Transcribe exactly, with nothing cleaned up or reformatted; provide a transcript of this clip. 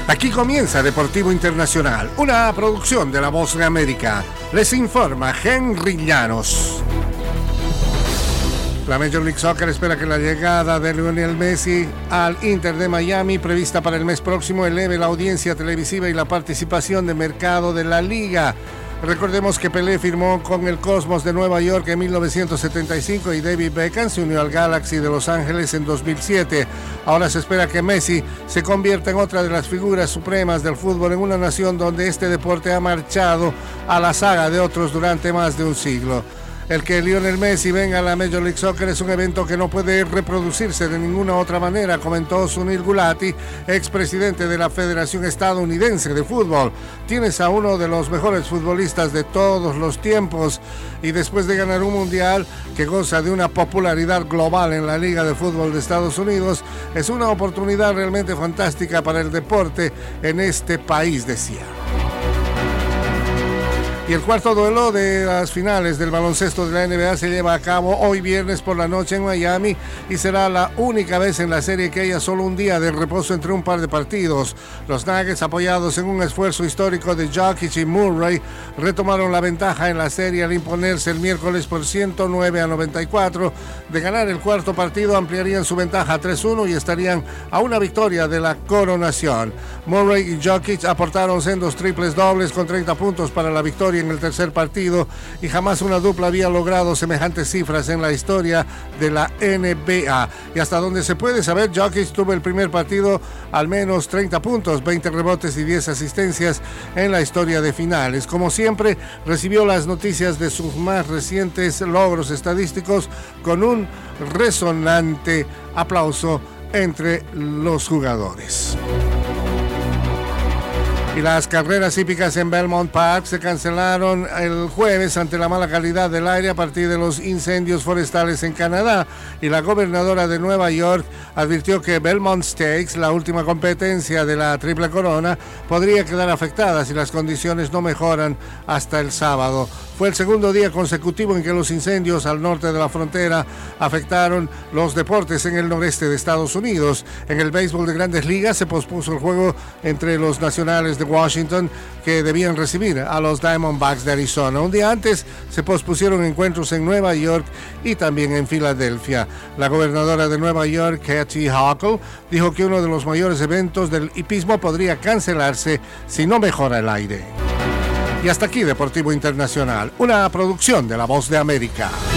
Aquí comienza Deportivo Internacional, una producción de La Voz de América. Les informa Henry Llanos. La Major League Soccer espera que la llegada de Lionel Messi al Inter de Miami, prevista para el mes próximo, eleve la audiencia televisiva y la participación de mercado de la liga. Recordemos que Pelé firmó con el Cosmos de Nueva York en mil novecientos setenta y cinco y David Beckham se unió al Galaxy de Los Ángeles en dos mil siete. Ahora se espera que Messi se convierta en otra de las figuras supremas del fútbol en una nación donde este deporte ha marchado a la saga de otros durante más de un siglo. El que Lionel Messi venga a la Major League Soccer es un evento que no puede reproducirse de ninguna otra manera, comentó Sunil Gulati, expresidente de la Federación Estadounidense de Fútbol. Tienes a uno de los mejores futbolistas de todos los tiempos y después de ganar un mundial que goza de una popularidad global en la Liga de Fútbol de Estados Unidos, es una oportunidad realmente fantástica para el deporte en este país, decía. Y el cuarto duelo de las finales del baloncesto de la N B A se lleva a cabo hoy viernes por la noche en Miami y será la única vez en la serie que haya solo un día de reposo entre un par de partidos. Los Nuggets, apoyados en un esfuerzo histórico de Jokic y Murray, retomaron la ventaja en la serie al imponerse el miércoles por ciento nueve a noventa y cuatro. De ganar el cuarto partido ampliarían su ventaja a tres uno y estarían a una victoria de la coronación. Murray y Jokic aportaron sendos triples dobles con treinta puntos para la victoria en el tercer partido y jamás una dupla había logrado semejantes cifras en la historia de la N B A. Y hasta donde se puede saber, Jokic tuvo el primer partido al menos treinta puntos, veinte rebotes y diez asistencias en la historia de finales. Como siempre, recibió las noticias de sus más recientes logros estadísticos con un resonante aplauso entre los jugadores. Y las carreras hípicas en Belmont Park se cancelaron el jueves ante la mala calidad del aire a partir de los incendios forestales en Canadá. Y la gobernadora de Nueva York advirtió que Belmont Stakes, la última competencia de la Triple Corona, podría quedar afectada si las condiciones no mejoran hasta el sábado. Fue el segundo día consecutivo en que los incendios al norte de la frontera afectaron los deportes en el noreste de Estados Unidos. En el béisbol de Grandes Ligas se pospuso el juego entre los Nacionales de Washington, que debían recibir a los Diamondbacks de Arizona. Un día antes se pospusieron encuentros en Nueva York y también en Filadelfia. La gobernadora de Nueva York, Kathy Hochul, dijo que uno de los mayores eventos del hipismo podría cancelarse si no mejora el aire. Y hasta aquí Deportivo Internacional, una producción de La Voz de América.